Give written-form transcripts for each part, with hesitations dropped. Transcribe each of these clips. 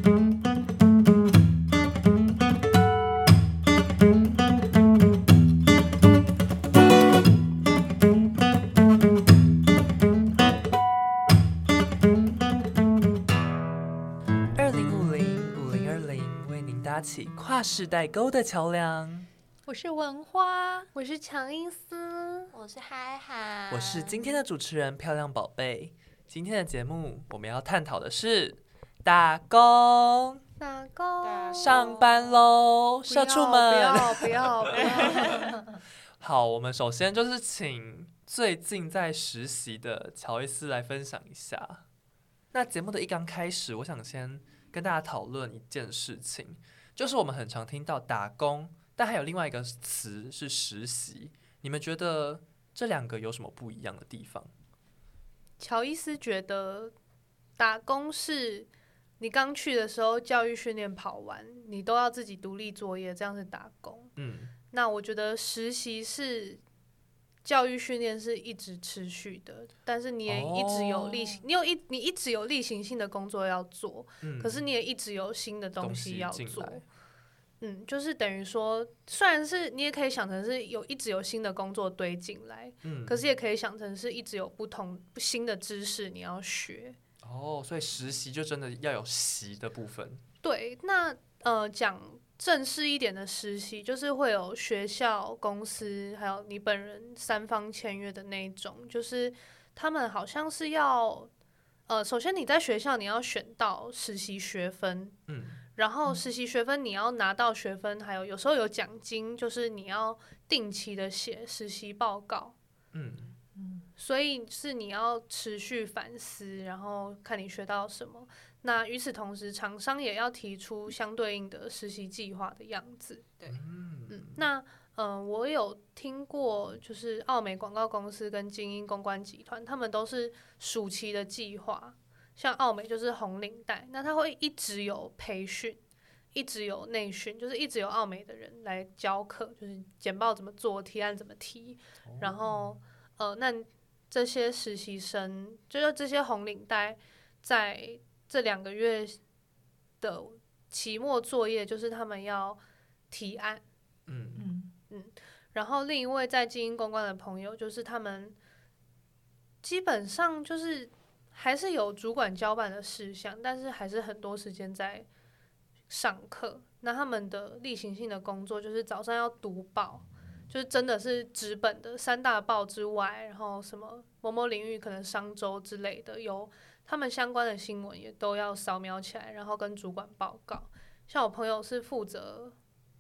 搭起跨世代沟的桥梁。 我是文花， 我是乔伊斯， 我是嗨嗨， 我是今天的主持人漂亮宝贝。今天的节目我们要探讨的是打工，上班喽，社畜们， 不要好，我们首先就是请最近在实习的乔伊斯来分享一下。那节目的一刚开始，我想先跟大家讨论一件事情，就是我们很常听到打工，但还有另外一个词是实习。你们觉得这两个有什么不一样的地方？ 乔伊斯觉得打工是你刚去的时候教育训练跑完，你都要自己独立作业，这样是打工。那我觉得实习是教育训练是一直持续的，但是你也一直有例行，你一直有例行性的工作要做，可是你也一直有新的东西要做。就是等于说，虽然是你也可以想成是一直有新的工作堆进来，可是也可以想成是一直有不同新的知识你要学。 所以实习就真的要有习的部分。对， 那讲正式一点的实习，就是会有学校、公司还有你本人三方签约的那一种，就是他们好像是要首先你在学校你要选到实习学分，然后实习学分你要拿到学分，还有时候有奖金，就是你要定期的写实习报告。所以是你要持续反思，然后看你学到什么。那与此同时，厂商也要提出相对应的实习计划的样子。 对， 那我有听过，就是奥美广告公司跟精英公关集团，他们都是暑期的计划。像奥美就是红领带，那他会一直有培训，一直有内训，就是一直有奥美的人来教课，就是简报怎么做，提案怎么提，然后那这些实习生，就是这些红领带，在这2个月的期末作业，就是他们要提案。然后另一位在精英公关的朋友，就是他们基本上就是还是有主管交办的事项，但是还是很多时间在上课。那他们的例行性的工作就是早上要读报，就是真的是纸本的3大报之外，然后什么某某领域可能商周之类的，有他们相关的新闻也都要扫描起来，然后跟主管报告。像我朋友是负责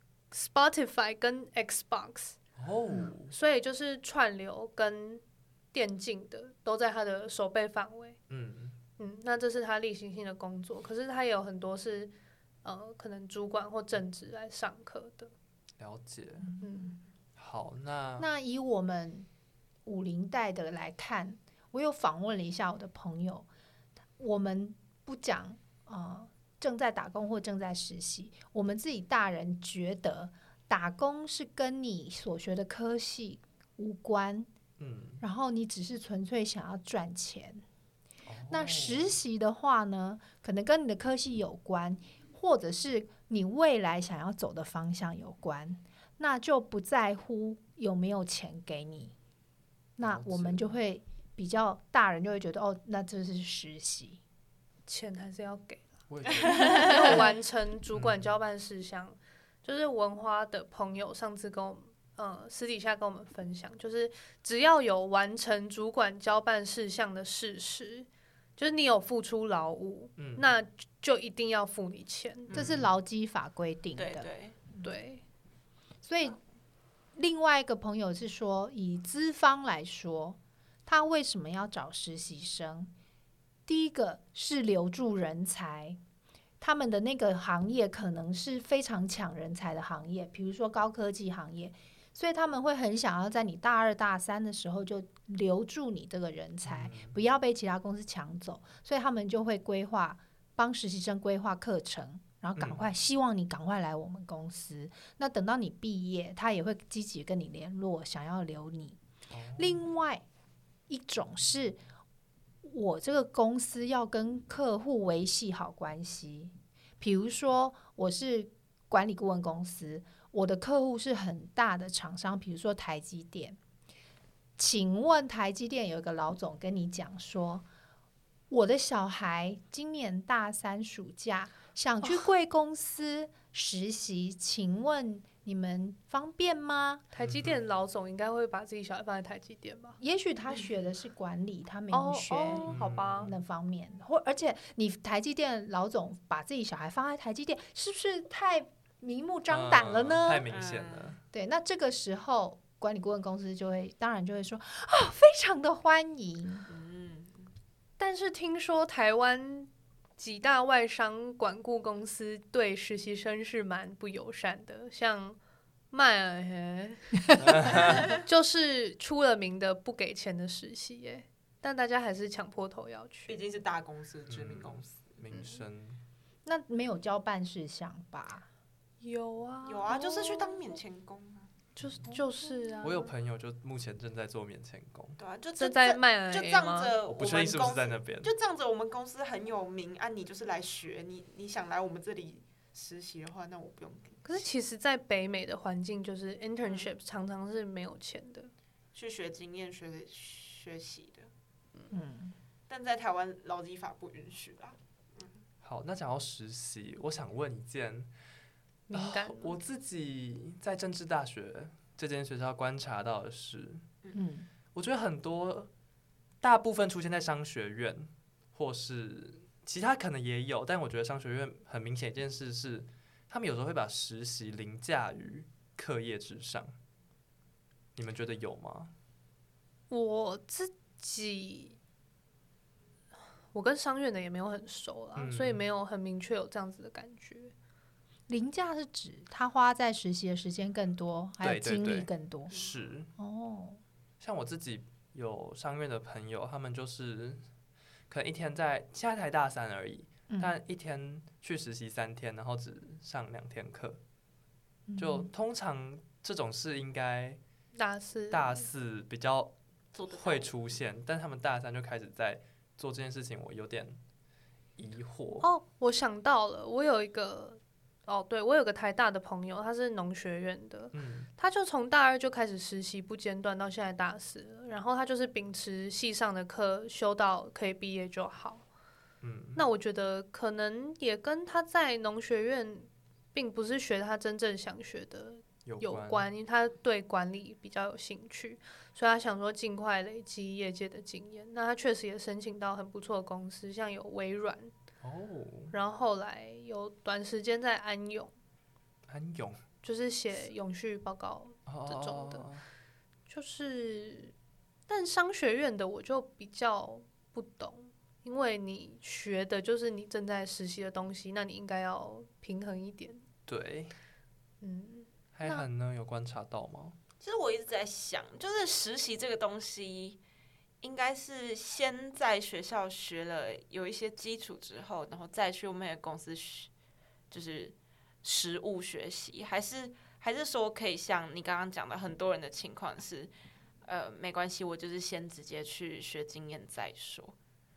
Spotify 跟 Xbox，所以就是串流跟电竞的都在他的手背范围。那这是他例行性的工作，可是他也有很多是可能主管或正职来上课的。 了解。好，那以我们50代的来看，我有访问了一下我的朋友，我们不讲正在打工或正在实习，我们自己大人觉得打工是跟你所学的科系无关，然后你只是纯粹想要赚钱。那实习的话呢，可能跟你的科系有关，或者是你未来想要走的方向有关，那就不在乎有没有钱给你。那我们就会比较大人就会觉得那这是实习， 钱还是要给没有完成主管交办事项。就是文花的朋友上次跟我们私底下跟我们分享，就是只要有完成主管交办事项的事实，就是你有付出劳务，那就一定要付你钱， 这是劳基法规定的。 对。 所以另外一个朋友是说，以资方来说，他为什么要找实习生？第一个是留住人才，他们的那个行业可能是非常抢人才的行业，比如说高科技行业，所以他们会很想要在你大2、大3的时候就留住你这个人才，不要被其他公司抢走，所以他们就会帮实习生规划课程，然后希望你赶快来我们公司。那等到你毕业，他也会积极跟你联络，想要留你。另外一种是我这个公司要跟客户维系好关系， 比如说我是管理顾问公司，我的客户是很大的厂商，比如说台积电。请问台积电有一个老总跟你讲说，我的小孩今年大3暑假想去贵公司实习，请问你们方便吗？ 台积电老总应该会把自己小孩放在台积电吧？ 也许他学的是管理，他没有学好吧。 那方面，而且你台积电老总把自己小孩放在台积电，是不是太明目张胆了呢？ 太明显了。 对，那这个时候管理顾问公司当然就会说啊，非常的欢迎。 但是听说台湾几大外商管顾公司对实习生是蛮不友善的，像迈尔就是出了名的不给钱的实习耶，但大家还是抢破头要去， 毕竟是大公司、知名公司， 名声。 那没有交办事项吧？ 有啊有啊，就是去当免钱工啊。 就是啊， 我有朋友就目前正在做免钱工， 对啊，就在迈尔就 A 仗吗？ 着我不确定是不是在那边， 就仗着我们公司很有名啊，你就是来学，你想来我们这里实习的话，那我不用给你。 可是其实，在北美的环境，就是 internship 常常是没有钱的， 去学经验、学习的。 嗯， 但在台湾劳基法不允许啦。 好，那讲到实习，我想问一件敏感。 我自己在政治大学这间学校观察到的是，我觉得大部分出现在商学院，或是其他可能也有，但我觉得商学院很明显一件事是，他们有时候会把实习凌驾于课业之上。你们觉得有吗？ 我自己，我跟商院的也没有很熟啦，所以没有很明确有这样子的感觉。 凌驾是指他花在实习的时间更多，还有精力更多。 是哦， 像我自己有商院的朋友，他们就是可能一天现在才大3而已，但一天去实习3天，然后只上2天课。就通常这种事应该大四比较会出现，但他们大3就开始在做这件事情，我有点疑惑。 哦，我想到了，我有个台大的朋友，他是农学院的，他就从大2就开始实习不间断到现在大4了，然后他就是秉持系上的课修到可以毕业就好。那我觉得可能也跟他在农学院并不是学他真正想学的有关，因为他对管理比较有兴趣，所以他想说尽快累积业界的经验。那他确实也申请到很不错的公司，像有微软。然后后来有短时间在安永就是写永续报告这种的，就是但商学院的我就比较不懂，因为你学的就是你正在实习的东西，那你应该要平衡一点。 对，海涵呢有观察到吗？ 其实我一直在想，就是实习这个东西，应该是先在学校学了有一些基础之后，然后再去我们的公司就是实务学习，还是说可以像你刚刚讲的，很多人的情况是，没关系，我就是先直接去学经验再说。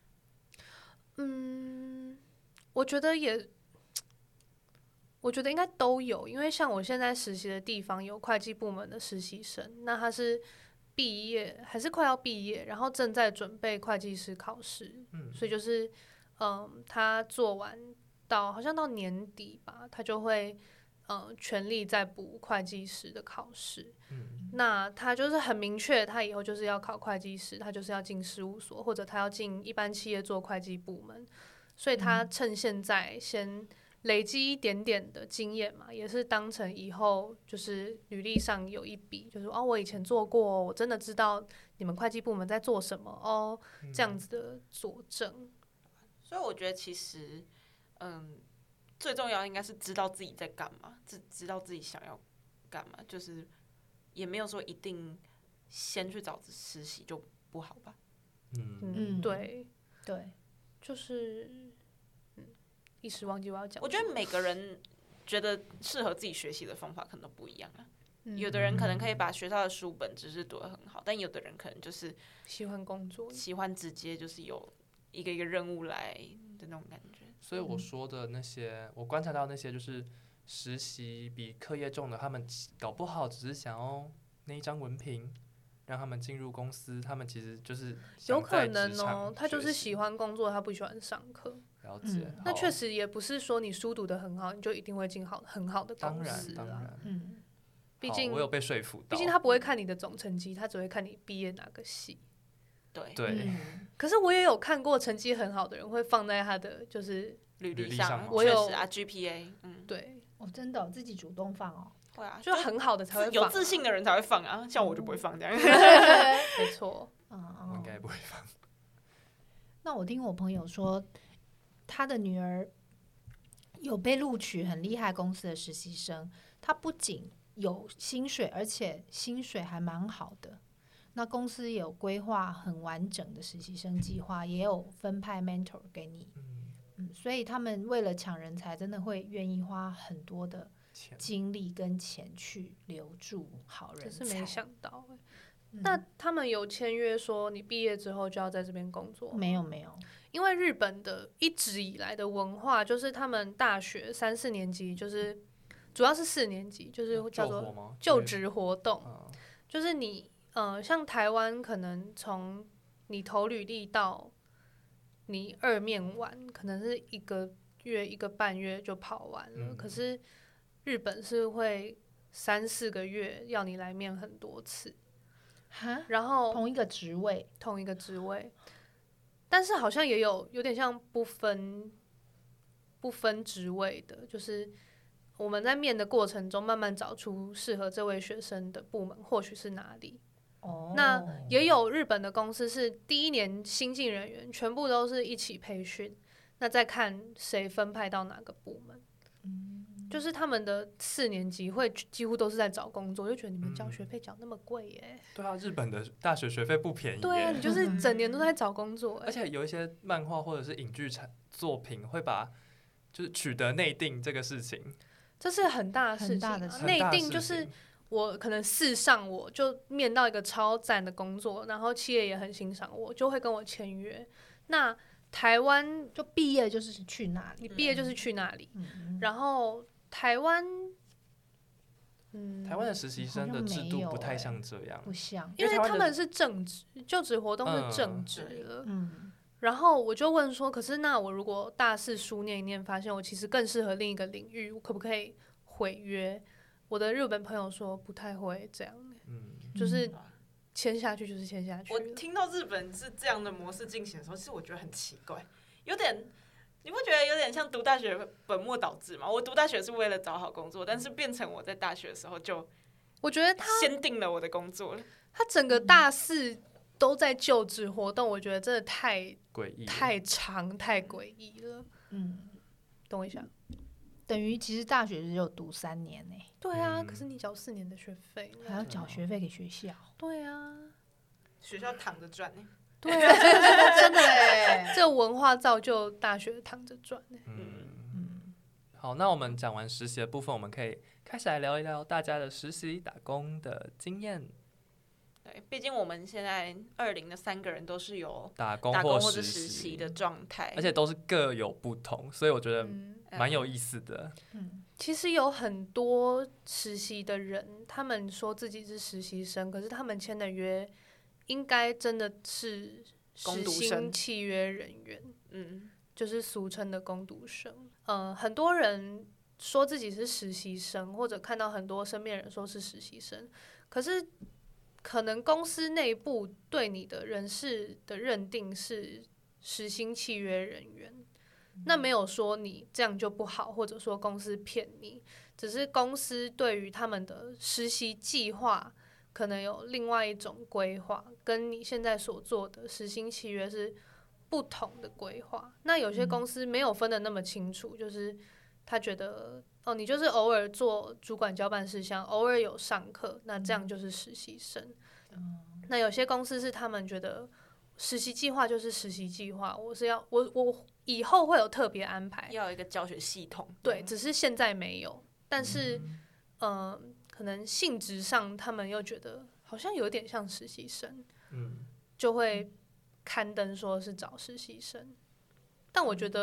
我觉得应该都有，因为像我现在实习的地方有会计部门的实习生，那他是毕业还是快要毕业，然后正在准备会计师考试，所以就是他做完好像到年底吧，他就会全力在补会计师的考试。那他就是很明确，他以后就是要考会计师，他就是要进事务所，或者他要进一般企业做会计部门，所以他趁现在先累积一点点的经验嘛，也是当成以后就是履历上有一笔，就是我以前做过，我真的知道你们会计部门在做什么这样子的佐证。 所以我觉得其实，最重要应该是知道自己在干嘛，知道自己想要干嘛，就是也没有说一定先去找实习就不好吧。 对，就是一时忘记我要讲。 我觉得每个人觉得适合自己学习的方法可能都不一样啊。有的人可能可以把学校的书本知识读得很好，但有的人可能就是喜欢工作， 喜欢直接就是有一个任务来的那种感觉。 所以我说的那些，我观察到那些就是实习比课业重的，他们搞不好只是想要那一张文凭，让他们进入公司，他们其实就是有可想在职能场他就是学习喜欢工作，他不喜欢上课。 了解。 那好确实也不是说你书读得很好，你就一定会进很好的当公司啊。 然当然， 毕竟好我有被说服到， 毕竟他不会看你的总成绩，他只会看你毕业哪个系。 对， 对。 可是我也有看过成绩很好的人会放在他的就是履历履历上我有确实啊 GPA， 对， 真的自己主动放哦。 会啊， 就很好的才会放有自信的人才会放啊，像我就不会放这样。 没错。 我应该不会放。 那我听我朋友说，他的女儿有被录取很厉害公司的实习生，他不仅有薪水，而且薪水还蛮好的。那公司也有规划很完整的实习生计划，也有分派 mentor 给你。所以他们为了抢人才，真的会愿意花很多的精力跟钱去留住好人才。 这是没想到那他们有签约说你毕业之后就要在这边工作吗？ 没有， 因为日本的一直以来的文化就是他们大学3、4年级就是主要是4年级就是叫做就职活动，就是你像台湾可能从你投履历到你2面完可能是1个月1个半月就跑完了，可是日本是会3、4个月要你来面很多次，然后同一个职位， 但是好像也有点像不分职位的，就是我们在面的过程中慢慢找出适合这位学生的部门或许是哪里。那也有日本的公司是第1年新进人员全部都是一起培训，那再看谁分派到哪个部门。就是他们的4年级会几乎都是在找工作，就觉得你们交学费缴那么贵耶。 对啊，日本的大学学费不便宜耶。 对啊，你就是整年都在找工作耶。 而且有一些漫画或者是影剧作品会把就是取得内定这个事情， 这是很大的事情内定就是我可能4上我就面到一个超赞的工作，然后企业也很欣赏我，就会跟我签约。那台湾就毕业就是去那里， 你毕业就是去那里，然后台湾的实习生的制度不太像这样， 不像， 因为他们是正职，就职活动是正职了。然后我就问说，可是那我如果大4书念一念，发现我其实更适合另一个领域，我可不可以毁约？我的日本朋友说不太会这样，就是签下去就是签下去。 我听到日本是这样的模式进行的时候，其实我觉得很奇怪，有点，你不觉得有点像读大学本末倒置吗？我读大学是为了找好工作，但是变成我在大学的时候就， 我觉得他先定了我的工作了。 他整个大4都在就职活动，我觉得真的太诡异、 太长、太诡异了。等我一下。 等于其实大学只有读3年呢。 对啊，可是你缴4年的学费， 还要缴学费给学校。 对啊， 学校躺着赚呢。 对啊，真的哎，这个文化造就大学躺着赚呢。 好，那我们讲完实习的部分，我们可以开始来聊一聊大家的实习打工的经验。 对，毕竟我们现在20的3个人都是有打工或者实习的状态， 而且都是各有不同，所以我觉得蛮有意思的。 其实有很多实习的人，他们说自己是实习生，可是他们签的约应该真的是实薪契约人员，就是俗称的工读生。很多人说自己是实习生，或者看到很多身边人说是实习生，可是可能公司内部对你的人事的认定是实薪契约人员，那没有说你这样就不好，或者说公司骗你，只是公司对于他们的实习计划可能有另外一种规划，跟你现在所做的实薪契约是不同的规划。那有些公司没有分得那么清楚，就是他觉得你就是偶尔做主管交办事项，偶尔有上课，那这样就是实习生。那有些公司是他们觉得实习计划就是实习计划，我以后会有特别安排， 要有一个教学系统。 对，只是现在没有，但是可能性质上他们又觉得好像有点像实习生，就会刊登说是找实习生。但我觉得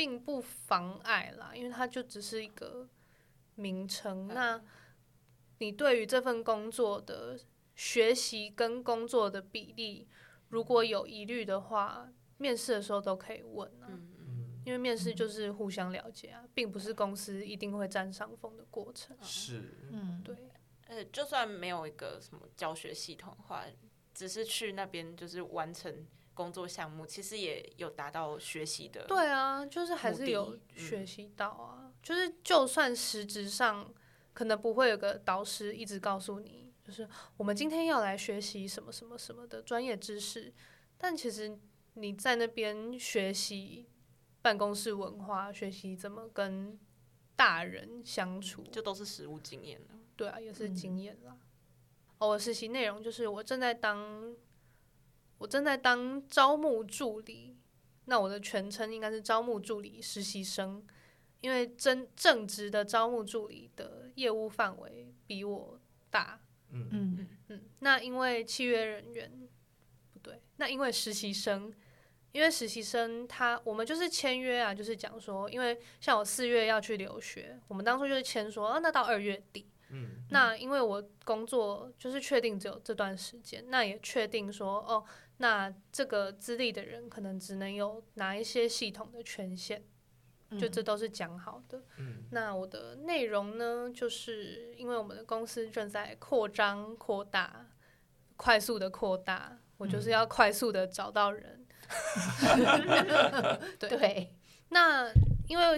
并不妨碍啦，因为它就只是一个名称。那你对于这份工作的学习跟工作的比例，如果有疑虑的话，面试的时候都可以问啊。因为面试就是互相了解啊，并不是公司一定会占上风的过程。 是， 对。 就算没有一个什么教学系统的话，只是去那边就是完成工作项目，其实也有达到学习的。 对啊，就是还是有学习到啊。就是就算实质上可能不会有个导师一直告诉你，就是我们今天要来学习什么什么什么的专业知识，但其实你在那边学习办公室文化，学习怎么跟大人相处， 就都是实务经验了。 对啊，也是经验啦。我的实习内容就是我正在当招募助理，那我的全称应该是招募助理实习生，因为正职的招募助理的业务范围比我大。那因为契约人员不对，那因为实习生我们就是签约啊，就是讲说，因为像我4月要去留学，我们当初就是签说，那到2月底。那因为我工作就是确定只有这段时间，那也确定说那这个资历的人可能只能有哪一些系统的权限，就这都是讲好的。那我的内容呢，就是因为我们的公司正在扩张扩大，快速的扩大，我就是要快速的找到人。对，那因为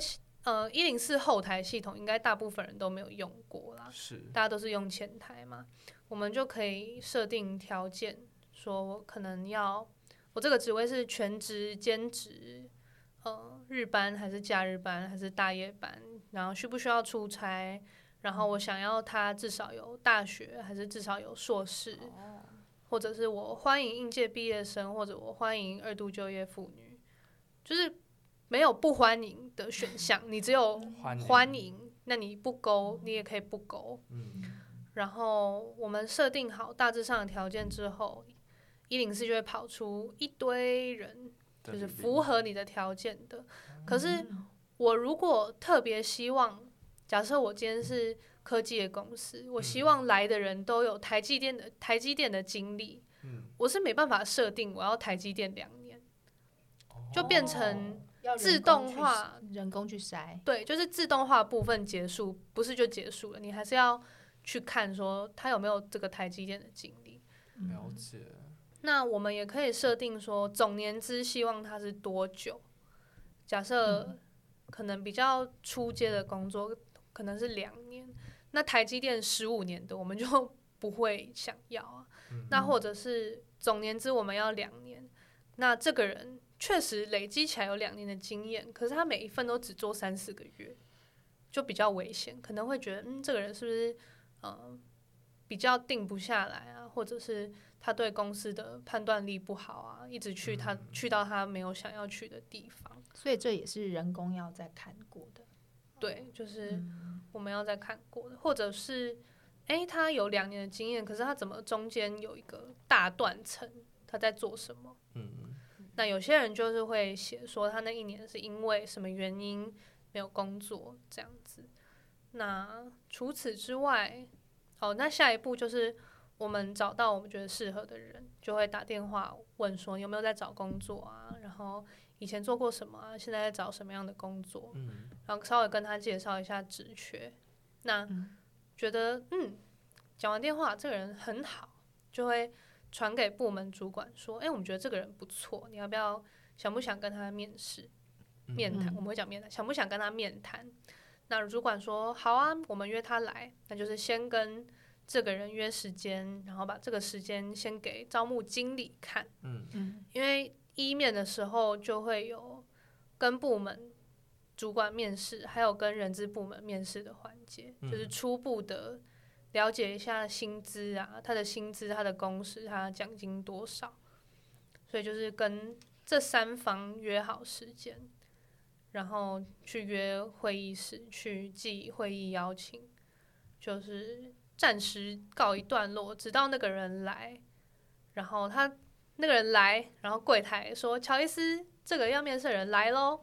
104后台系统应该大部分人都没有用过啦，大家都是用前台嘛，我们就可以设定条件，说我可能我这个职位是全职、兼职，日班还是假日班还是大夜班，然后需不需要出差，然后我想要他至少有大学还是至少有硕士，或者是我欢迎应届毕业生，或者我欢迎2度就业妇女，就是没有不欢迎的选项，你只有欢迎，那你不勾你也可以不勾。然后我们设定好大致上的条件之后，104就会跑出一堆人，就是符合你的条件的。可是我如果特别希望，假设我今天是科技的公司，我希望来的人都有台积电的经历，我是没办法设定我要台积电2年，就变成自动化人工去筛。 对，就是自动化部分结束，不是就结束了，你还是要去看说他有没有这个台积电的经历。 了解。 那我们也可以设定说总年资希望他是多久，假设可能比较初阶的工作可能是2年，那台积电15年的我们就不会想要啊。那或者是总年资我们要2年，那这个人确实累积起来有2年的经验，可是他每一份都只做3-4个月，就比较危险，可能会觉得这个人是不是比较定不下来啊，或者是他对公司的判断力不好啊，一直去到他没有想要去的地方， 所以这也是人工要再看过的。 对，就是我们要再看过的，或者是他有2年的经验，可是他怎么中间有一个大断层，他在做什么？那有些人就是会写说他那1年是因为什么原因没有工作这样子。那除此之外，那下一步就是我们找到我们觉得适合的人，就会打电话问说有没有在找工作啊，然后以前做过什么啊，现在在找什么样的工作，然后稍微跟他介绍一下职缺。那觉得讲完电话这个人很好，就会传给部门主管说我们觉得这个人不错，你想不想跟他面试面谈，我们会讲面谈，想不想跟他面谈。那主管说好啊，我们约他来，那就是先跟这个人约时间，然后把这个时间先给招募经理看。因为1面的时候就会有跟部门主管面试，还有跟人资部门面试的环节，就是初步的了解一下薪资啊，他的薪资、他的工时、他的奖金多少，所以就是跟这3方约好时间，然后去约会议室，去寄会议邀请，就是暂时告一段落，直到那个人来，然后那个人来，然后柜台说乔伊斯这个要面试的人来咯，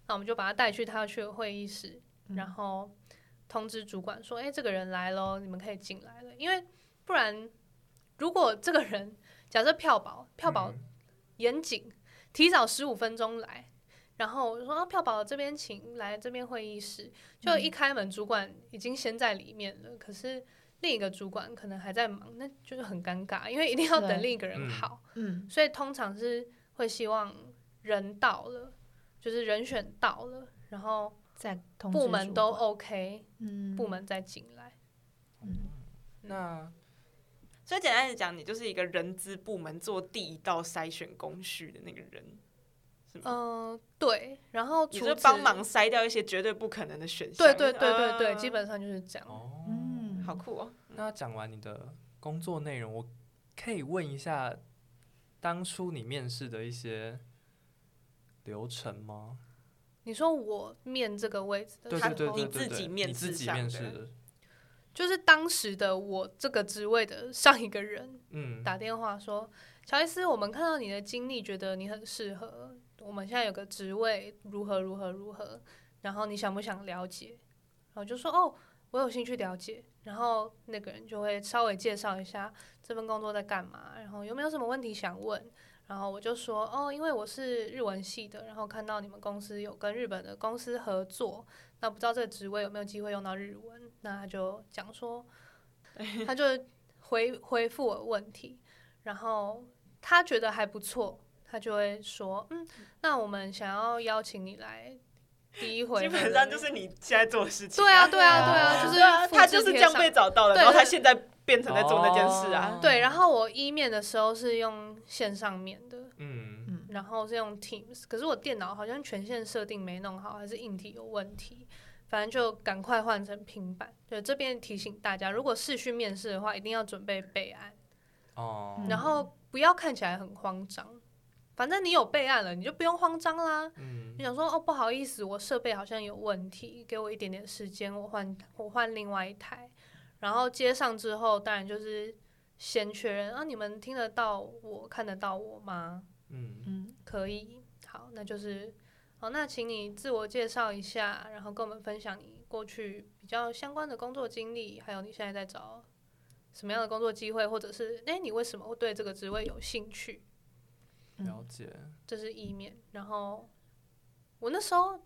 那我们就把他带去他要去的会议室，然后通知主管说，这个人来咯，你们可以进来了。因为不然，如果这个人假设票保严谨，提早15分钟来，然后我就说票保这边请来这边会议室，就一开门，主管已经先在里面了，可是另一个主管可能还在忙，那就是很尴尬，因为一定要等另一个人好，所以通常是会希望人到了，就是人选到了，然后再通知部门都主管 OK，部门再进来。 那所以简单的讲，你就是一个人资部门做第一道筛选工序的那个人，是吗？ 对，然后你就帮忙筛掉一些绝对不可能的选项。 对，基本上就是这样。 好酷哦。 那讲完你的工作内容，我可以问一下，当初你面试的一些流程吗？ 你说我面这个位置的时候， 对， 你自己面试上的， 就是当时的我这个职位的上一个人，打电话说，乔伊斯，我们看到你的经历，觉得你很适合，我们现在有个职位如何，然后你想不想了解？然后就说我有兴趣了解。然后那个人就会稍微介绍一下这份工作在干嘛，然后有没有什么问题想问。然后我就说因为我是日文系的，然后看到你们公司有跟日本的公司合作，那不知道这个职位有没有机会用到日文。那他就讲说，他就回复我问题，然后他觉得还不错，他就会说那我们想要邀请你来第一回， 基本上就是你现在做的事情。 对啊，就是他就是这样被找到了，然后他现在变成在做那件事啊。 对，然后我面的时候是用线上面的，然后是用 Teams， 可是我电脑好像权限设定没弄好，还是硬体有问题，反正就赶快换成平板。对，这边提醒大家，如果视讯面试的话，一定要准备备案，然后不要看起来很慌张。反正你有备案了，你就不用慌张啦。你想说不好意思，我设备好像有问题，给我一点点时间，我换另外一台。然后接上之后，当然就是先确认你们听得到我，看得到我吗？可以。好，那就是那请你自我介绍一下，然后跟我们分享你过去比较相关的工作经历，还有你现在在找什么样的工作机会，或者是你为什么会对这个职位有兴趣？ 了解， 这是一面。然后我那时候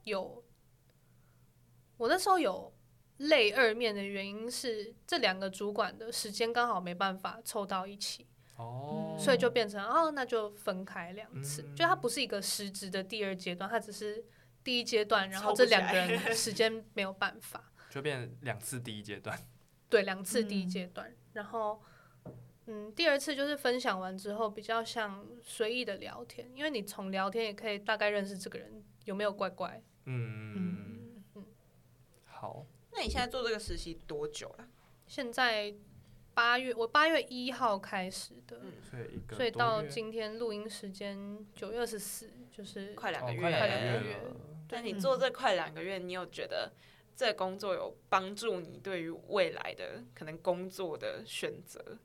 有类二面的原因是这两个主管的时间刚好没办法凑到一起，所以就变成那就分开2次，就它不是一个实质的第2阶段，它只是第1阶段，然后这2个人时间没有办法， 就变2次第1阶段。 对，2次第1阶段，然后。第2次就是分享完之后比较像随意的聊天，因为你从聊天也可以大概认识这个人有没有怪怪。 好， 那你现在做这个实习多久了？ 现在我8月1号开始的，所以到今天录音时间9月24，就是快2个月。 快2个月。 但你做这快2个月，你有觉得这个工作有帮助你对于未来的可能工作的选择？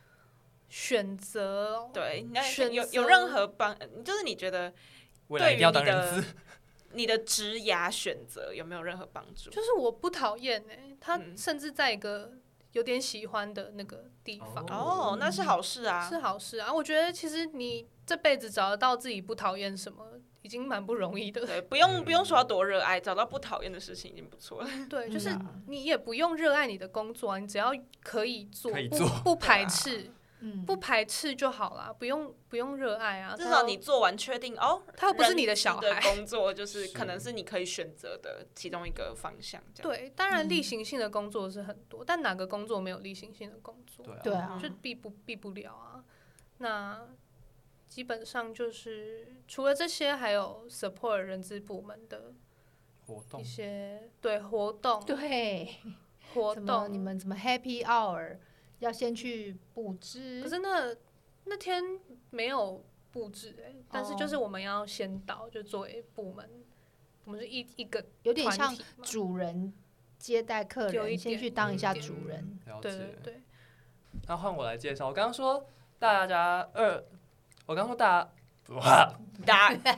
对，有任何就是你觉得未来一定要当人资， 你的职涯选择有没有任何帮助？ 就是我不讨厌他甚至在一个有点喜欢的那个地方。 那是好事啊， 是好事啊。我觉得其实你这辈子找得到自己不讨厌什么，已经蛮不容易的。 对，不用说要多热爱，找到不讨厌的事情已经不错了。 对，就是你也不用热爱你的工作你只要可以做，不排斥。不排斥就好啦，不用热爱啊。 至少你做完确定他又不是你的小孩。 的工作就是可能是你可以选择的其中一个方向。 对，当然例行性的工作是很多，但哪个工作没有例行性的工作？ 对啊， 就避不了啊。那基本上就是除了这些，还有 support 人资部门的活动， 一些活动，活动， 你们怎么 Happy Hour？要先去布置， 可是那天没有布置但是就是我们要先到，就作为部门，我们是一个有点像主人接待客人，先去当一下主人。 对。 那换我来介绍，我刚刚说大家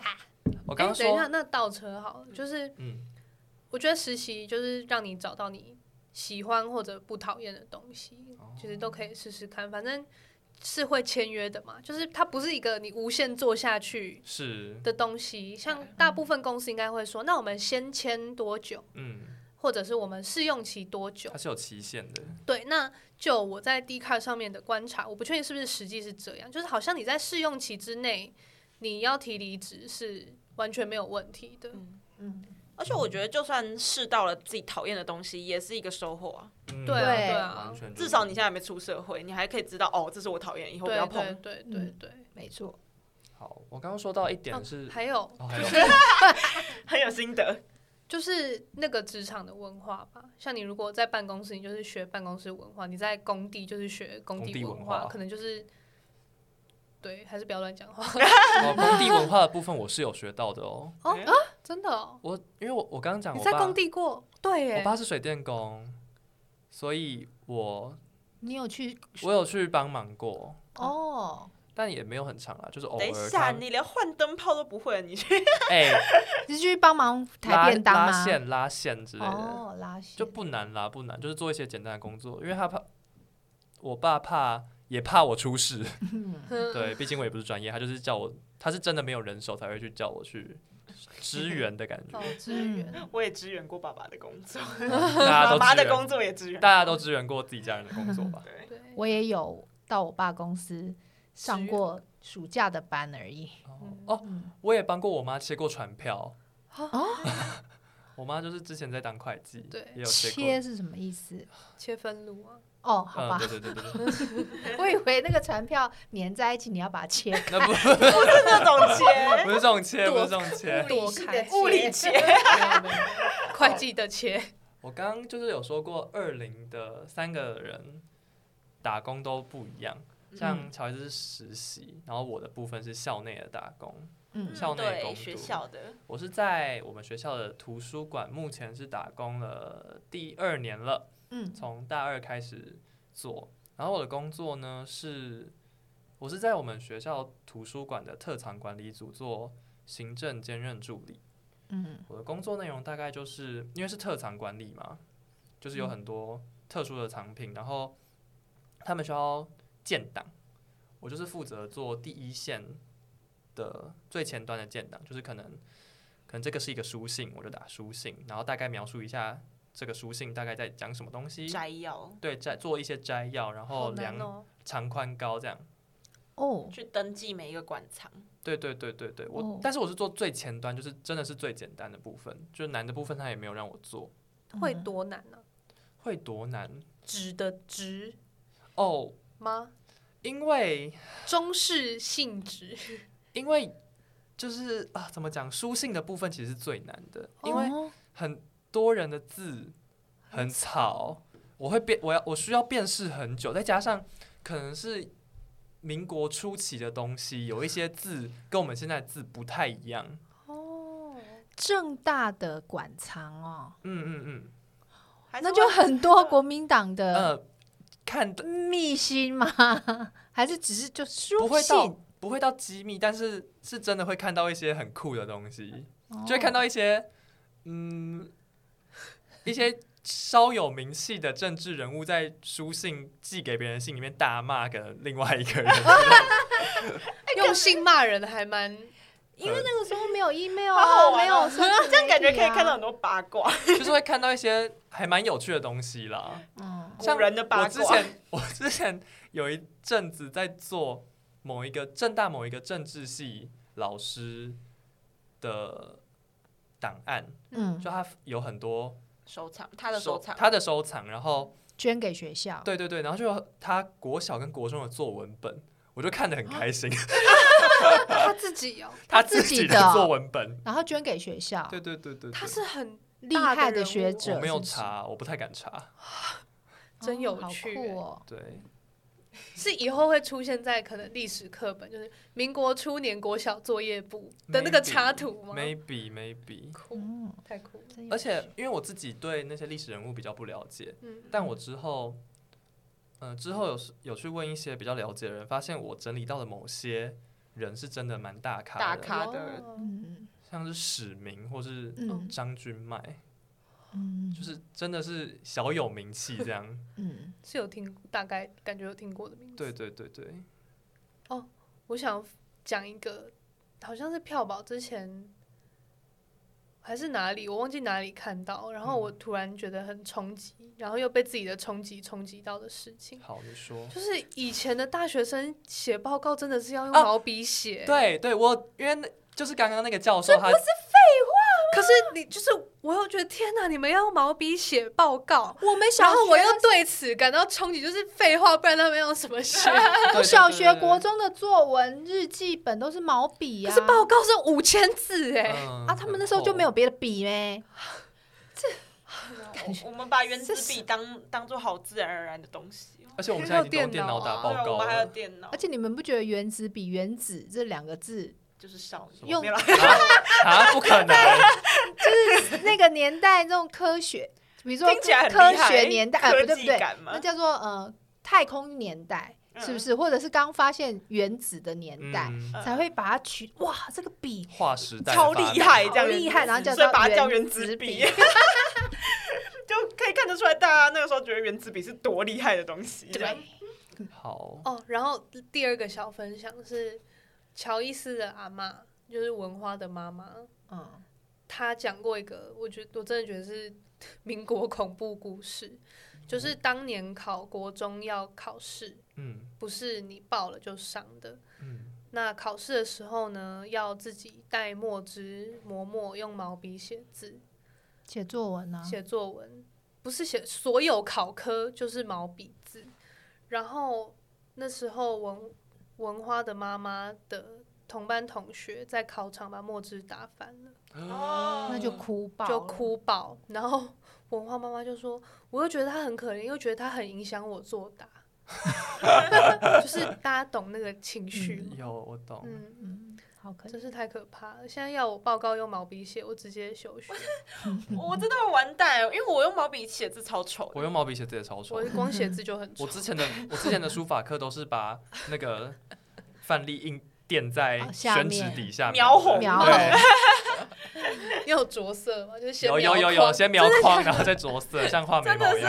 我刚刚等一下， 说， 那倒车好了，就是我觉得实习就是让你找到你喜欢或者不讨厌的东西，其实都可以试试看，反正是会签约的嘛，就是它不是一个你无限做下去是的东西。像大部分公司应该会说，那我们先签多久，或者是我们试用期多久， 它是有期限的。 对，那就我在 Dcard 上面的观察，我不确定是不是实际是这样，就是好像你在试用期之内，你要提离职是完全没有问题的。 而且我觉得，就算试到了自己讨厌的东西，也是一个收获啊。 对啊，对啊完，全至少你现在还没出社会，你还可以知道哦，这是我讨厌，以后不要碰。 对， 没错。 好。我刚刚说到一点是， 还有还有很有心得。 就是那个职场的文化吧，像你如果在办公室，你就是学办公室文化；你在工地就是学工地文化，可能就是对，还是不要乱讲话。 工地文化的部分我是有学到的哦。 真的哦， 因为我刚刚讲， 你在工地过？对耶， 我爸是水电工，所以你有去？ 我有去帮忙过哦， 但也没有很长啦，就是偶尔。 等一下，你连换灯泡都不会，你去？ 你是去帮忙抬便当吗？ 拉线之类的。 哦，拉线就不难啦，不难，就是做一些简单的工作，因为我爸也怕我出事，对，毕竟我也不是专业，他就是叫我，他是真的没有人手才会去叫我去支援的感觉。 支援， 我也支援过爸爸的工作， 大家都妈妈的工作也支援， 大家都支援过自己家人的工作吧？ 对， 我也有到我爸公司上过暑假的班而已。 我也帮过我妈切过传票。我妈就是之前在当会计， 对， 也有切过。 切是什么意思？ 切分录啊。 哦，好吧， 对， 我以为那个传票粘在一起，你要把它切开。 那不不是那种切， 不是这种切，不是这种切。 躲开物理切， 会计的切。 我刚刚就是有说过，20的3个人打工都不一样，像乔伊斯是实习，然后我的部分是校内的打工，校内工读。 学校的， 我是在我们学校的图书馆，目前是打工了第2年了，从大2开始做。然后我的工作呢我是在我们学校图书馆的特藏管理组做行政兼任助理。我的工作内容大概就是因为是特藏管理嘛，就是有很多特殊的藏品，然后他们需要建档，我就是负责做第一线的最前端的建档，就是可能这个是一个书信，我就打书信，然后大概描述一下这个书信大概在讲什么东西， 摘要， 对，做一些摘要，然后量长宽高这样。 去登记每一个馆藏。 对，但是我是做最前端，就是真的是最简单的部分，就是难的部分他也没有让我做。 会多难呢？ 会多难？ 纸的纸吗？ 因为中式性质， 因为就是怎么讲，书信的部分其实是最难的，因为很多人的字很吵，我需要辨识很久，再加上可能是民国初期的东西，有一些字跟我们现在的字不太一样。 正大的馆藏那还是就很多国民党的看的秘辛吗？还是只是就书信？ 不会到机密，但是是真的会看到一些很酷的东西，就会看到一些稍有名气的政治人物在书信寄给别人信里面大骂给另外一个人， 用信骂人还蛮， 因为那个时候没有 email 好好玩没有这样感觉可以看到很多八卦， 就是会看到一些还蛮有趣的东西啦。像古人的八卦。 我之前有一阵子在做政大某一个政治系老师的档案，就他有很多收藏，他的收藏， 然后捐给学校。 对，然后就有他国小跟国中的作文本，我就看得很开心。 他自己他自己的作文本， 然后捐给学校。 对， 他是很厉害的学者。 我没有查，我不太敢查。 真有趣， 好酷哦！ 对， 是以后会出现在可能历史课本，就是民国初年国小作业簿的那个插图吗 ？Maybe， 酷，太酷了。 而且因为我自己对那些历史人物比较不了解，但我之后有去问一些比较了解的人，发现我整理到的某些人是真的蛮大咖的， 像是史明或是嗯张君迈，就是嗯真的是小有名气这样。 是有听，大概感觉有听过的名字。 对对对对， 我想讲一个，好像是票宝之前还是哪里，我忘记哪里看到，然后我突然觉得很冲击，然后又被自己的冲击到的事情。 好，你说。 就是以前的大学生写报告真的是要用毛笔写， 对对，我因为就是刚刚那个教授他， 可是你就是我又觉得天哪，你们要用毛笔写报告， 我们然小学后我又对此感到冲击，就是废话，不然他们要用什么写？ 对小学、 对对国中的作文、日记本都是毛笔啊， 可是报告是5000字哎， 啊，他们那时候就没有别的笔咩？ 我们把原子笔当做好自然而然的东西。 而且我们现在已经用电脑打报对啊， 告我们还有了。 电脑而，且你们不觉得原子比原子这两个字就是少女用没有啦不可能！ 那个年代那种科学，比如说听起来很科厉害学年代， 科不对不对， 技感吗那叫做太空年代，是不是？或者是刚发现原子的年代，才会把它取哇，这个笔划时代的超发明厉害，这样好厉害，然后叫所以把它叫原原子笔笔。就可以看得出来，大家那个时候觉得原子笔是多厉害的东西。这样对， 好， 哦，然后第二个小分享是乔伊斯的阿嬷，就是文花的妈妈，她讲过一个，我真的觉得是民国恐怖故事，就是当年考国中要考试，不是你报了就上的，那考试的时候呢，要自己带墨汁磨墨，用毛笔写字， 写作文啊， 写作文，不是写所有考科就是毛笔字。然后那时候文花的妈妈的同班同学在考场把墨汁打翻了， 那就哭爆了， 就哭爆。然后文花妈妈就说：“我又觉得他很可怜，又觉得他很影响我作答。”就是大家懂那个情绪吗？ 有我懂。 好可真是太可怕了！现在要我报告用毛笔写，我直接休学。 我真的会完蛋，因为我用毛笔写字超丑的。 我用毛笔写字也超丑我。光写字就很丑。 我之前的书法课都是把那个范例印垫在宣纸底下描红对， 你有着色吗？就是先有，先描框，然后再着色，像画眉毛一样。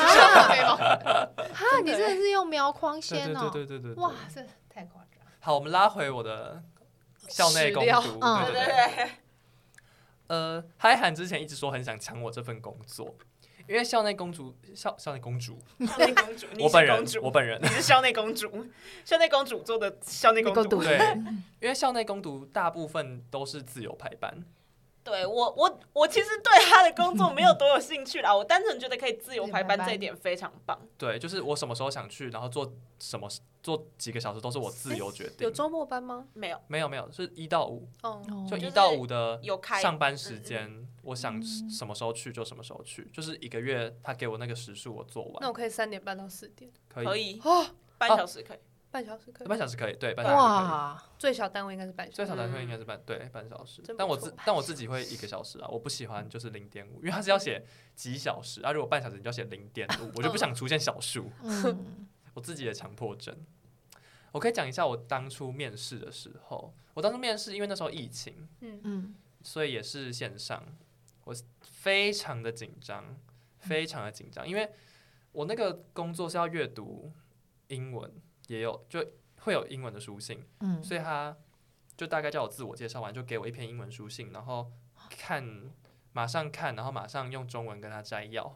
哈，你真的是用描框先哦， 对， 哇，这太夸张。 好，我们拉回我的校内攻读，对。嗨涵之前一直说很想抢我这份工作，因为校内公主，校内公主，我本人， 你是校内公主，校内公主做的校内公主， 对，因为校内攻读大部分都是自由排班。 对我其实对他的工作没有多有兴趣啦，我单纯觉得可以自由排班这一点非常棒。 对，就是我什么时候想去，然后做几个小时都都是我自由决定。 有周末班吗？ 没有， 是1到5，就1到5的上班时间，我想什么时候去就什么时候去，就是1个月他给我那个时数我做完。 那我可以3点半到4点， 可以半小时可以。 半小时可以， 半小时可以，对，半小时可以。 哇， 最小单位应该是半小时， 最小单位应该是半小时。 真不错但我自己会1个小时啊，我不喜欢就是0.5，因为他是要写几小时啊，如果半小时你就要写0.5，我就不想出现小数。我自己的强迫症。我可以讲一下我当初面试的时候，我当初面试因为那时候疫情，所以也是线上，我非常的紧张，非常的紧张，因为我那个工作是要阅读英文。也有就会有英文的书信，所以他就大概叫我自我介绍完，就给我一篇英文书信，然后马上看，然后马上用中文跟他摘要。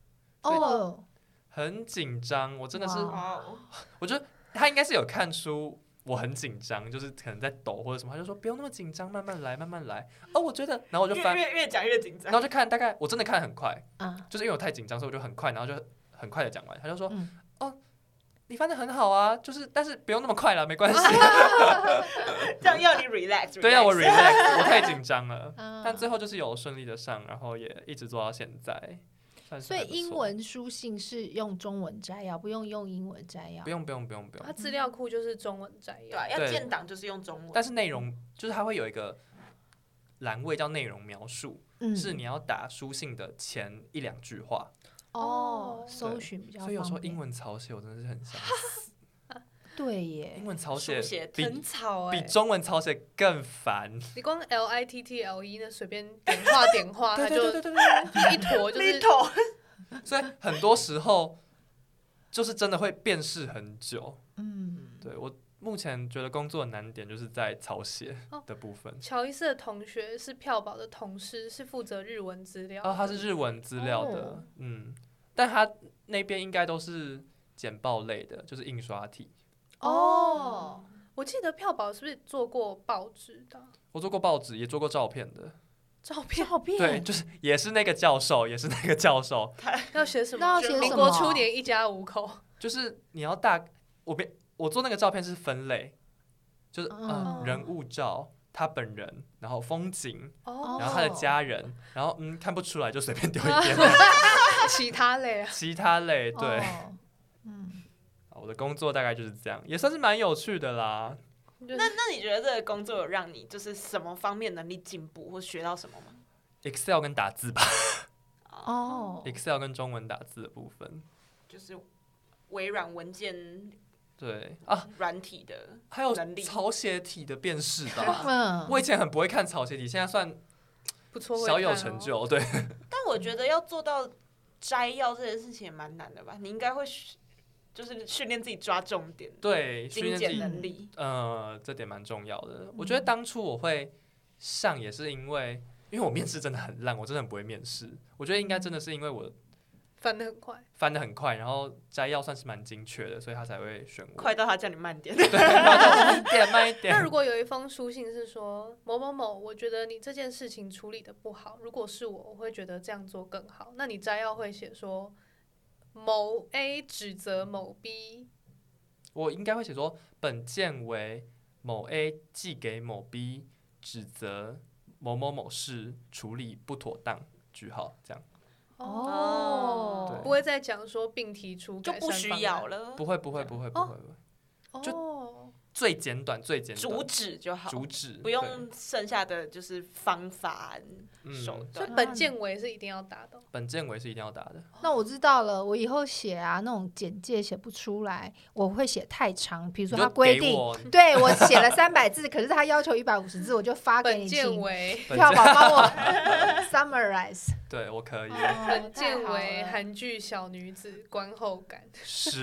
很紧张，我真的是，我觉得他应该是有看出我很紧张，就是可能在抖或者什么，他就说不用那么紧张，慢慢来，慢慢来。我觉得，然后我就翻， 越讲越紧张， 然后就看大概，我真的看很快，就是因为我太紧张，所以我就很快，然后就很快的讲完。他就说，你翻得很好啊，但是不用那么快啦，没关系。 这样要你 relax。 对，要我 relax， 我太紧张了。但最后就是有顺利的上，然后也一直做到现在。 所以英文书信是用中文摘要，不用英文摘要。 不用。 它资料库就是中文摘要， 对，要建档就是用中文。 但是内容就是它会有一个栏位叫内容描述，是你要打书信的前1-2句话。 搜寻比较方便， 所以有时候英文草写我真的是很想死。 对耶英，文草书写写比很吵比中文草写更烦。 你光 LITTLE 那随便点画它就对， 一坨就是头所以很多时候就是真的会辨识很久。对我目前觉得工作的难点就是在草写的部分。 乔伊斯的同学是票宝的同事，是负责日文资料。 他是日文资料的， 哦但他那边应该都是简报类的，就是印刷体。 哦， 我记得票宝是不是做过报纸的我做过报纸，也做过照片的。 照片？ 照片对，就是也是那个教授， 要写什么？ 那要写什么民国初年一家五口。 就是你要我做那个照片是分类，就是人物照，他本人，然后风景， 哦， 然后他的家人，然后看不出来就随便丢一点。 其他类啊。 其他类对， 哦我的工作大概就是这样，也算是蛮有趣的啦。 那你觉得这个工作有让你就是什么方面能力进步，或学到什么吗？ Excel 跟打字吧哦， ，Excel 跟中文打字的部分， 就是微软文件对啊， 软体的还有能力草写体的辨识吧。 嗯， 我以前很不会看草写体，现在算不错， 小有成就。对， 但我觉得要做到摘要这件事情也蛮难的吧？你应该会就是训练自己抓重点， 对，训精简练自己， 能力。 这点蛮重要的。我觉得当初我会上也是因为我面试真的很烂，我真的很不会面试。我觉得应该真的是因为我翻得很快。 翻得很快，然后摘要算是蛮精确的，所以他才会选我。 快到他叫你慢点。 对，慢一点，慢一点。 那如果有一封书信是说某某某，我觉得你这件事情处理的不好，如果是我会觉得这样做更好。那你摘要会写说某 A 指责某 B， 我应该会写说，本件为某 A 寄给某 B， 指责某某某事处理不妥当，句号这样。 哦， 不会再讲说并提出就不需要了， 不会，就哦， 最简短， 主旨就好， 主旨不用剩下的就是方法手所以段。 本件为是一定要达到。 本件为是一定要打的。 那我知道了，我以后写啊那种简介写不出来，我会写太长，比如说他规定，对我写了300字，可是他要求150字，我就发给本你， 件为票宝帮我 summarize。 对我可以， 本件为太好了韩剧小女子观后感。 是。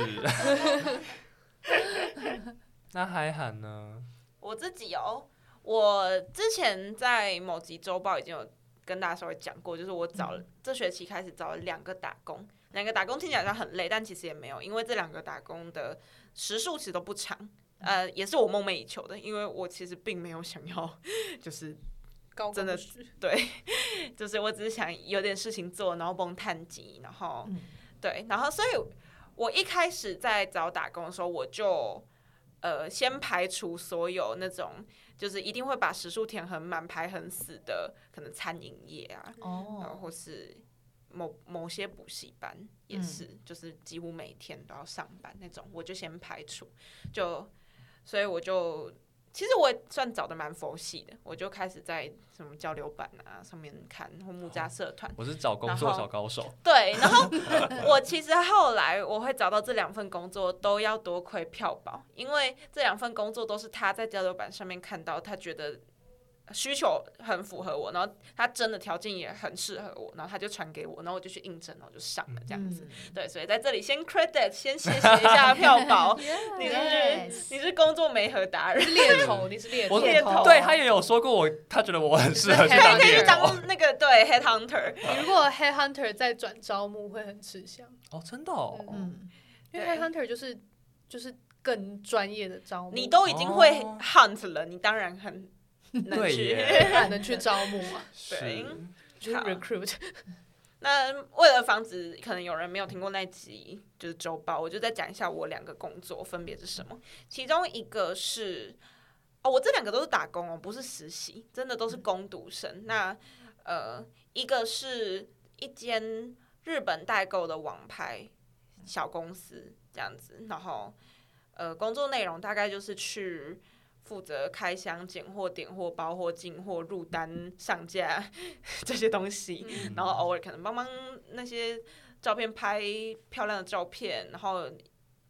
那海涵呢？ 我自己我之前在某集周报已经有跟大家稍微讲过，就是我这学期开始找了2个打工，2个打工听起来好像很累，但其实也没有，因为这2个打工的时数其实都不长，也是我梦寐以求的，因为我其实并没有想要就是高真的工时对，就是我只是想有点事情做，然后蹦探级，然后对，然后所以我一开始在找打工的时候，我就先排除所有那种就是一定会把时数填很满、排很死的，可能餐饮业啊，或是某些补习班也是，就是几乎每天都要上班那种，我就先排除，所以我就。其实我也算找的蛮佛系的，我就开始在什么交流版啊上面看，或木栅社团。 我是找工作小高手。 对，然后我其实后来我会找到这2份工作，都要多亏票宝，因为这2份工作都是他在交流版上面看到，他觉得需求很符合我，然后他真的条件也很适合我，然后他就传给我，然后我就去应征，然后就上了这样子。对，所以在这里先 credit， 先谢谢一下票宝，你是工作媒合达人， 猎头，你是猎头。 对，他也有说过他觉得我很适合去当猎头。 当那个对 headhunter。 你如果 headhunter 再转招募会很吃香哦，真的哦。 因为 headhunter 就是更专业的招募， 你都已经会 hunt 了，你当然很。 能去招募嘛？ 对， 就是 recruit。 那为了防止可能有人没有听过那集就是周报，我就再讲一下我2个工作分别是什么。其中一个是我这2个都是打工不是实习，真的都是工读生。那一个是一间日本代购的网拍小公司这样子，然后工作内容大概就是去。负责开箱、拣货、点货、包货、进货、入单、上架这些东西，然后偶尔可能帮那些照片拍漂亮的照片，然后一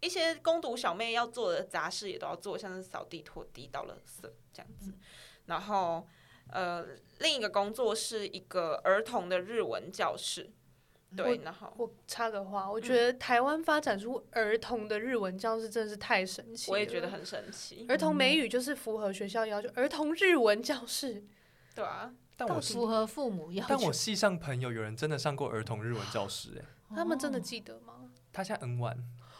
一些工读小妹要做的杂事也都要做，像是扫地、拖地、倒垃圾这样子。然后另一个工作是一个儿童的日文教室。对，然后我插个话，我觉得台湾发展出儿童的日文教室真的是太神奇了。 我也觉得很神奇。 儿童美语就是符合学校要求，儿童日文教室， 对啊， 但我符合父母要求。 但我系上朋友有人真的上过儿童日文教室， 他们真的记得吗？ 他现在 N1，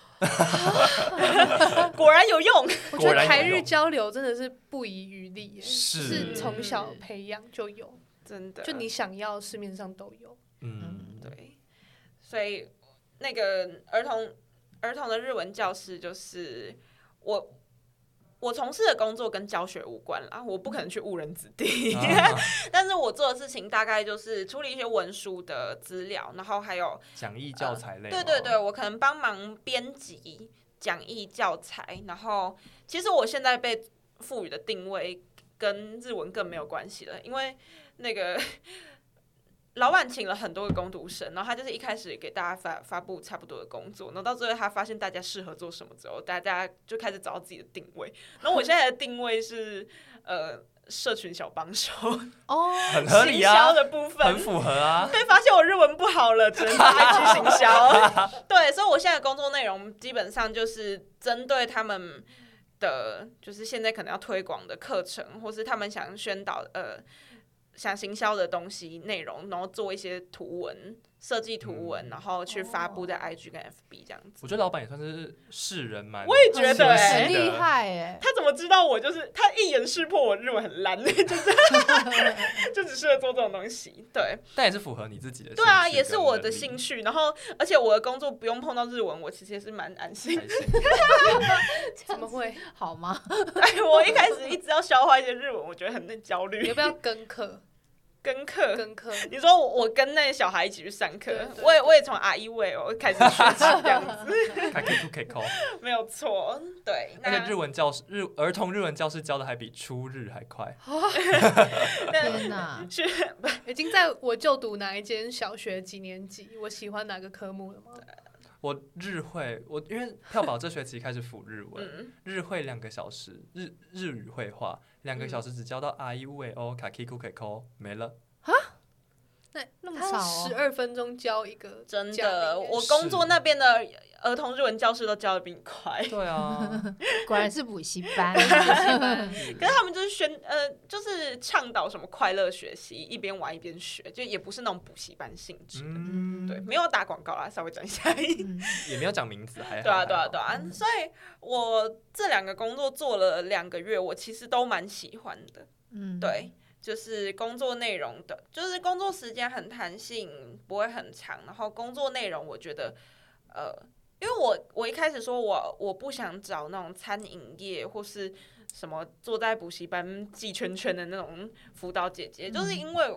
果然有用。 我觉得台日交流真的是不遗余力， 是从小培养就有， 真的， 就你想要市面上都有。 对。所以那个儿童的日文教室，就是我从事的工作跟教学无关啦，我不可能去误人子弟。但是我做的事情大概就是处理一些文书的资料，然后还有讲义教材类。 对，我可能帮忙编辑讲义教材。然后其实我现在被赋予的定位跟日文更没有关系了，因为那个老板请了很多个工读生，然后他就是一开始给大家发布差不多的工作，然后到最后他发现大家适合做什么之后，大家就开始找到自己的定位。然后我现在的定位是社群小帮手， 很合理啊， 行销的部分很符合啊。 对，发现我日文不好了，只能做 IG 行销。对，所以我现在的工作内容基本上就是针对他们的，就是现在可能要推广的课程，或是他们想宣导想行销的东西内容，然后做一些图文设计图文，然后去发布在 IG 跟 FB 这样子。 我觉得老板也算是识人蛮， 我也觉得很厉害他怎么知道我就是他一眼识破我日文很烂，就是就只适合做这种东西。对， 但也是符合你自己的兴趣。 对啊，也是我的兴趣。然后而且我的工作不用碰到日文，我其实也是蛮安心。 怎么会好吗？ 我一开始一直要消化一些日文，我觉得很焦虑。 你要不要跟课？ 跟课，你说我跟那些小孩一起去上课，我也从阿姨喂开始学起这样子，没有错，对。 而且儿童日文教室教的还比初日还快。 天哪！ 已经在我就读哪一间小学几年级，我喜欢哪个科目了吗？ 我日会，因为票宝这学期开始辅日文，日会2个小时，日语绘画2个小时，只教到阿伊喂哦卡 K 库 K 扣没了啊？那么少哦 ，12分钟教一个， 真的，我工作那边的儿童日文教室都教的比你快。 对啊， 果然是补习班。 可是他们就是就是倡导什么快乐学习，一边玩一边学，就也不是那种补习班性质的。对，没有打广告啦，稍微讲一下。 也没有讲名字，还好。 对啊。所以我这2个工作做了2个月，我其实都蛮喜欢的。对。就是工作内容的，就是工作时间很弹性，不会很长。然后工作内容，我觉得，因为我一开始说我不想找那种餐饮业或是什么坐在补习班记圈圈的那种辅导姐姐，就是因为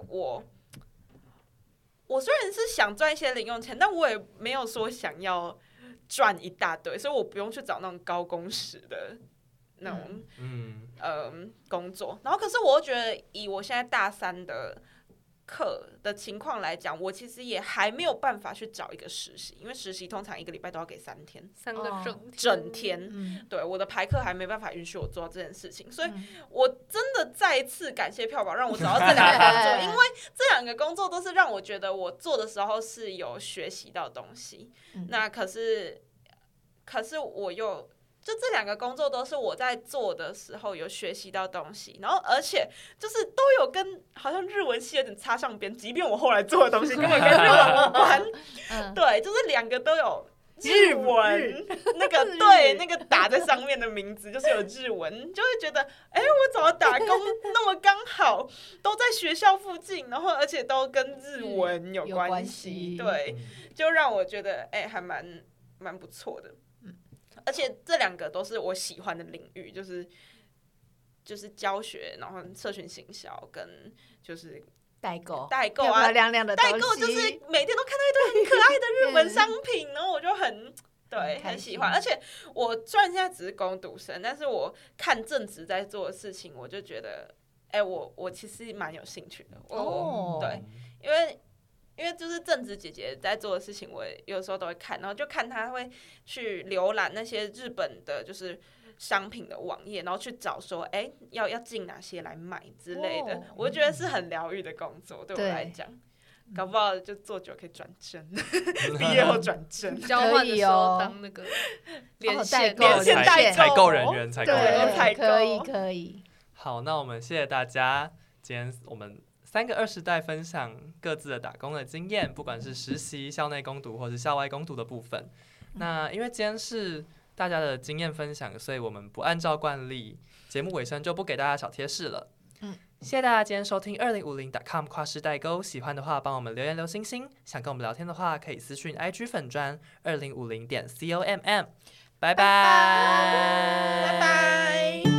我虽然是想赚一些零用钱，但我也没有说想要赚一大堆，所以我不用去找那种高工时的那种工作。然后可是我又觉得以我现在大3的课的情况来讲，我其实也还没有办法去找一个实习，因为实习通常1个礼拜都要给3天 ，3个整天。对，我的排课还没办法允许我做到这件事情，所以我真的再一次感谢票宝让我找到这2个工作，因为这2个工作都是让我觉得我做的时候是有学习到东西。那可是我又。就这2个工作都是我在做的时候有学习到东西，然后而且就是都有跟好像日文系有点插上边，即便我后来做的东西根本跟日文无关。对，就是2个都有日文，那个对那个打在上面的名字就是有日文，就会觉得我怎么打工那么刚好都在学校附近，然后而且都跟日文有关系，对，就让我觉得还蛮不错的。而且这2个都是我喜欢的领域，就是教学，然后社群行销跟就是代购啊， 漂漂亮亮的东西， 代购就是每天都看到一堆很可爱的日文商品，然后我就很喜欢。而且我虽然现在只是工读生，但是我看正职在做的事情，我就觉得我其实蛮有兴趣的。对，因因为就是正直姐姐在做的事情，我也有时候都会看，然后就看她会去浏览那些日本的，就是商品的网页，然后去找说，要进哪些来买之类的，我就觉得是很疗愈的工作，对我来讲。搞不好就做久可以转正，毕业后转正， 交换的时候当那个连线采购人员， 对，可以。 好，那我们谢谢大家。今天我们3个20代分享各自的打工的经验，不管是实习、校内工读或是校外工读的部分。那因为今天是大家的经验分享，所以我们不按照惯例，节目尾声就不给大家小贴士了。谢谢大家今天收听2050.com 跨世代沟，喜欢的话帮我们留言留星星，想跟我们聊天的话可以私讯 IG 粉专2050.comm， 拜拜。